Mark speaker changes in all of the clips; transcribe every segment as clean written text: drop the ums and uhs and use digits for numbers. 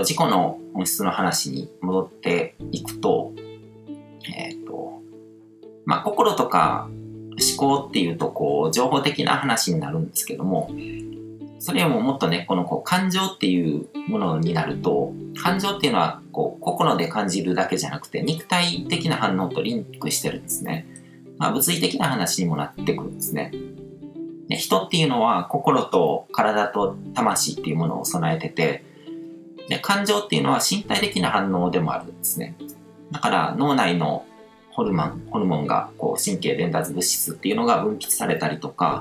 Speaker 1: 自己の本質の話に戻っていくと、心とか思考っていうと情報的な話になるんですけども、それよりももっとね、この感情っていうものになると、感情っていうのは心で感じるだけじゃなくて肉体的な反応とリンクしてるんですね。物理的な話にもなってくるんですね。で、人っていうのは心と体と魂っていうものを備えてて、で、感情っていうのは身体的な反応でもあるんですね。だから脳内のホルモンが神経伝達物質っていうのが分泌されたりとか、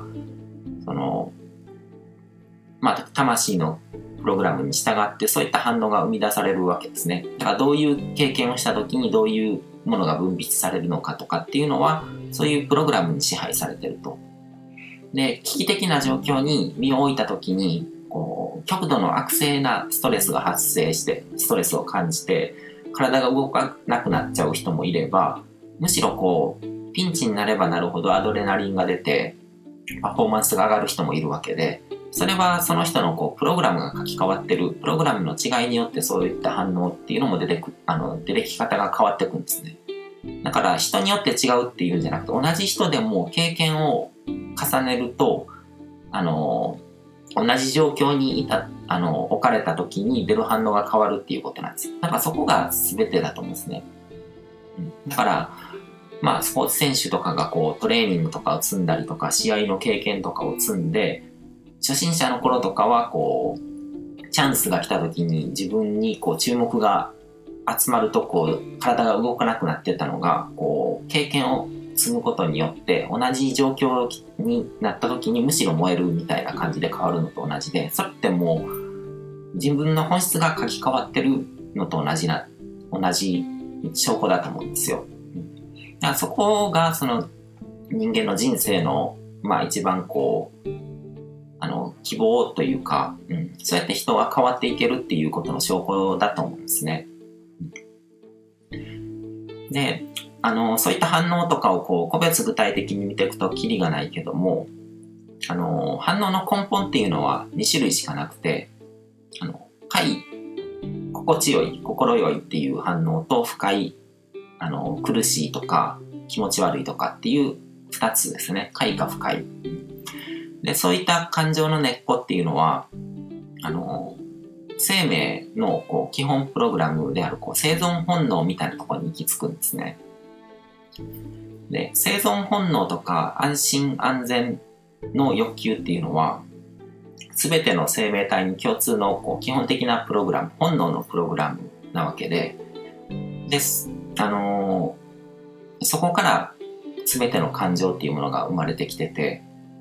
Speaker 1: 魂のプログラムに従ってそういった反応が生み出されるわけですね。だからどういう経験をした時にどういうものが分泌されるのかとかっていうのは、そういうプログラムに支配されてると。で、危機的な状況に身を置いた時に極度の悪性なストレスが発生してストレスを感じて体が動かなくなっちゃう人もいれば、むしろピンチになればなるほどアドレナリンが出てパフォーマンスが上がる人もいるわけで、それはその人のプログラムが書き換わってる、プログラムの違いによってそういった反応っていうのも出てき方が変わってくんですね。だから人によって違うっていうんじゃなくて、同じ人でも経験を重ねると同じ状況に置かれた時に出る反応が変わるっていうことなんですよ。だからそこが全てだと思うんですね。だからスポーツ選手とかがトレーニングとかを積んだりとか試合の経験とかを積んで、初心者の頃とかはチャンスが来た時に自分に注目が集まると体が動かなくなってたのが経験を積むことによって同じ状況になった時にむしろ燃えるみたいな感じで変わるのと同じで、それってもう自分の本質が書き換わってるのと同じ証拠だと思うんですよ。だからそこがその人間の人生の一番希望というか、そうやって人が変わっていけるっていうことの証拠だと思うんですね。で、そういった反応とかを個別具体的に見ていくとキリがないけども、反応の根本っていうのは2種類しかなくて、快、心地よい、心よいっていう反応と不快、苦しいとか気持ち悪いとかっていう2つですね。快か不快。で、そういった感情の根っこっていうのは、生命の基本プログラムである生存本能みたいなところに行き着くんですね。で、生存本能とか安心安全の欲求っていうのは、全ての生命体に共通の基本的なプログラム、本能のプログラムなわけで、そこから全ての感情っていうものが生まれてきてて、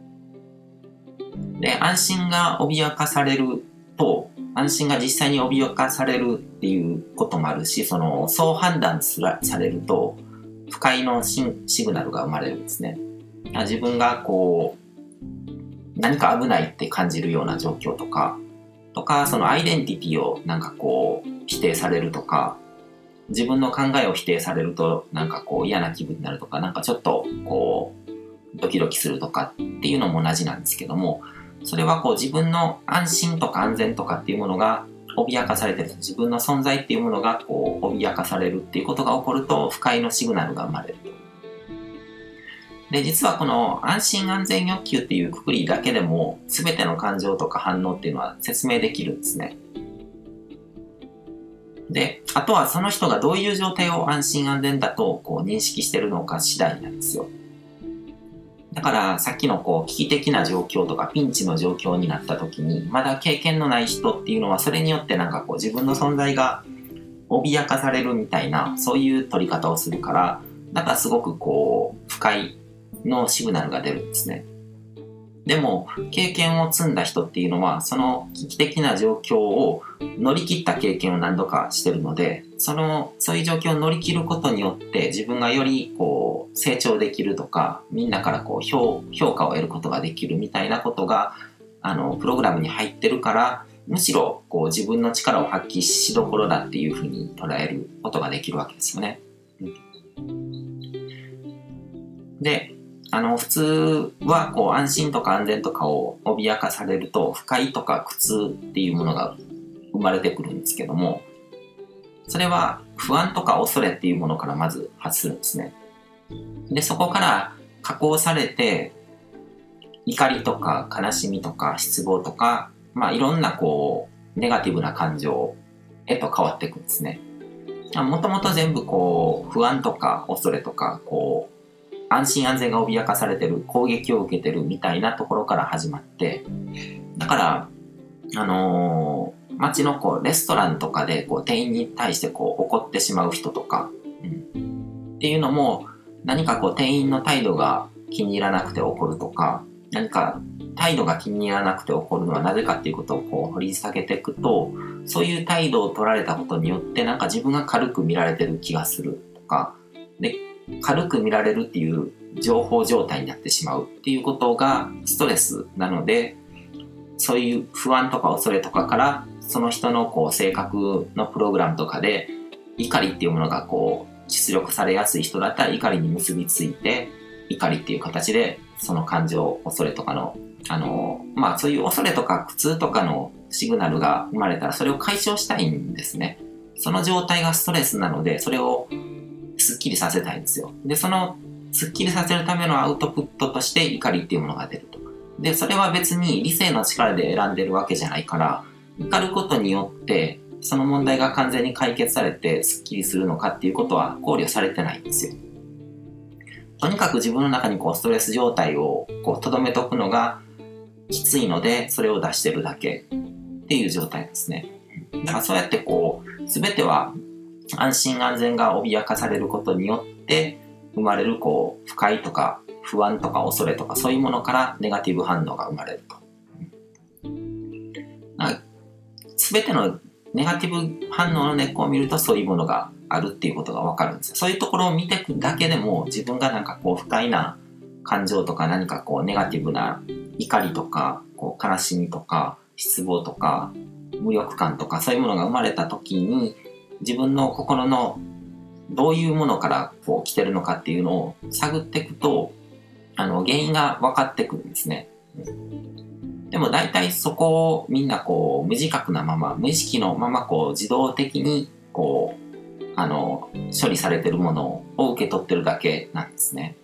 Speaker 1: で、安心が脅かされると、安心が実際に脅かされるっていうこともあるし、そう判断されると不快のシグナルが生まれるんですね。自分が何か危ないって感じるような状況とかそのアイデンティティを否定されるとか、自分の考えを否定されると嫌な気分になるとか、ちょっとドキドキするとかっていうのも同じなんですけども、それは自分の安心とか安全とかっていうものが脅かされてる、自分の存在っていうものが脅かされるっていうことが起こると不快のシグナルが生まれると。で、実はこの安心安全欲求っていう括りだけでも全ての感情とか反応っていうのは説明できるんですね。で、あとはその人がどういう状態を安心安全だと認識してるのか次第なんですよ。だからさっきの危機的な状況とかピンチの状況になった時にまだ経験のない人っていうのは、それによって自分の存在が脅かされるみたいな、そういう取り方をするから、だからすごく不快のシグナルが出るんですね。でも経験を積んだ人っていうのは、その危機的な状況を乗り切った経験を何度かしてるので、そういう状況を乗り切ることによって自分がより成長できるとか、みんなから評価を得ることができるみたいなことがプログラムに入ってるから、むしろ自分の力を発揮しどころだっていうふうに捉えることができるわけですよね。で、普通は安心とか安全とかを脅かされると不快とか苦痛っていうものが生まれてくるんですけども、それは不安とか恐れっていうものからまず発するんですね。で、そこから加工されて、怒りとか悲しみとか失望とか、いろんなネガティブな感情へと変わっていくんですね。もともと全部不安とか恐れとか、安心安全が脅かされてる、攻撃を受けてるみたいなところから始まって、だから、街のレストランとかで店員に対して怒ってしまう人とか、っていうのも、何か店員の態度が気に入らなくて怒るとか、何か態度が気に入らなくて怒るのはなぜかっていうことを掘り下げていくと、そういう態度を取られたことによってなんか自分が軽く見られてる気がするとか、で、軽く見られるっていう情報状態になってしまうっていうことがストレスなので、そういう不安とか恐れとかからその人の性格のプログラムとかで怒りっていうものが出力されやすい人だったら怒りに結びついて、怒りっていう形でその感情、恐れとかのそういう恐れとか苦痛とかのシグナルが生まれたらそれを解消したいんですね。その状態がストレスなのでそれをスッキリさせたいんですよ。で、そのスッキリさせるためのアウトプットとして怒りっていうものが出ると。で、それは別に理性の力で選んでるわけじゃないから、怒ることによってその問題が完全に解決されてスッキリするのかっていうことは考慮されてないんですよ。とにかく自分の中にストレス状態を留めとくのがきついので、それを出してるだけっていう状態ですね。だからそうやって全ては安心安全が脅かされることによって生まれる不快とか不安とか恐れとかそういうものからネガティブ反応が生まれると。全てのネガティブ反応の根っこを見るとそういうものがあるっていうことがわかるんですよ。そういうところを見ていくだけでも自分がなんか不快な感情とか何かネガティブな怒りとか悲しみとか失望とか無力感とかそういうものが生まれた時に自分の心のどういうものから来てるのかっていうのを探っていくと原因が分かってくるんですね。でも大体そこをみんな無自覚なまま無意識のまま自動的に処理されてるものを受け取ってるだけなんですね。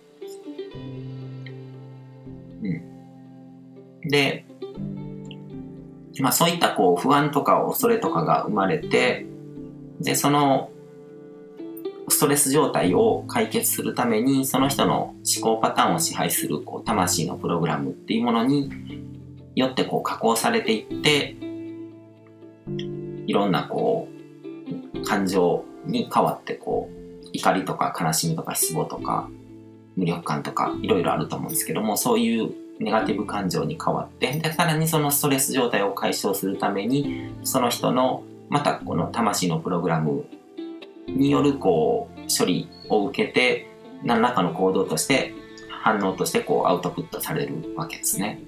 Speaker 1: で、そういった不安とか恐れとかが生まれて、でそのストレス状態を解決するためにその人の思考パターンを支配する魂のプログラムっていうものによって加工されていって、いろんな感情に変わって怒りとか悲しみとか失望とか無力感とかいろいろあると思うんですけども、そういうネガティブ感情に変わって、でさらにそのストレス状態を解消するためにその人のまたこの魂のプログラムによる処理を受けて何らかの行動として反応としてアウトプットされるわけですね。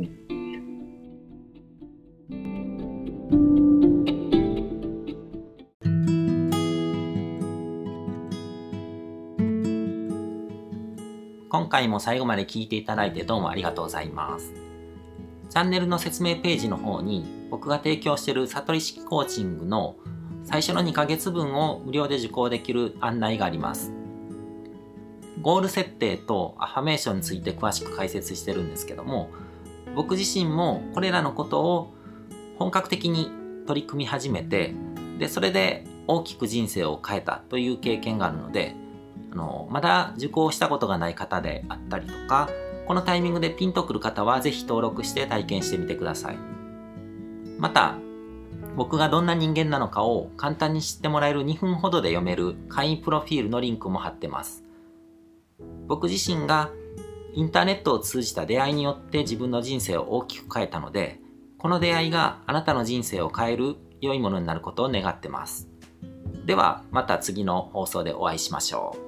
Speaker 1: 今回も最後まで聞いていただいてどうもありがとうございます。チャンネルの説明ページの方に僕が提供している悟り式コーチングの最初の2ヶ月分を無料で受講できる案内があります。ゴール設定とアファメーションについて詳しく解説してるんですけども、僕自身もこれらのことを本格的に取り組み始めて、でそれで大きく人生を変えたという経験があるので、まだ受講したことがない方であったりとか、このタイミングでピンとくる方はぜひ登録して体験してみてください。また僕がどんな人間なのかを簡単に知ってもらえる2分ほどで読める会員プロフィールのリンクも貼ってます。僕自身がインターネットを通じた出会いによって自分の人生を大きく変えたので、この出会いがあなたの人生を変える良いものになることを願ってます。ではまた次の放送でお会いしましょう。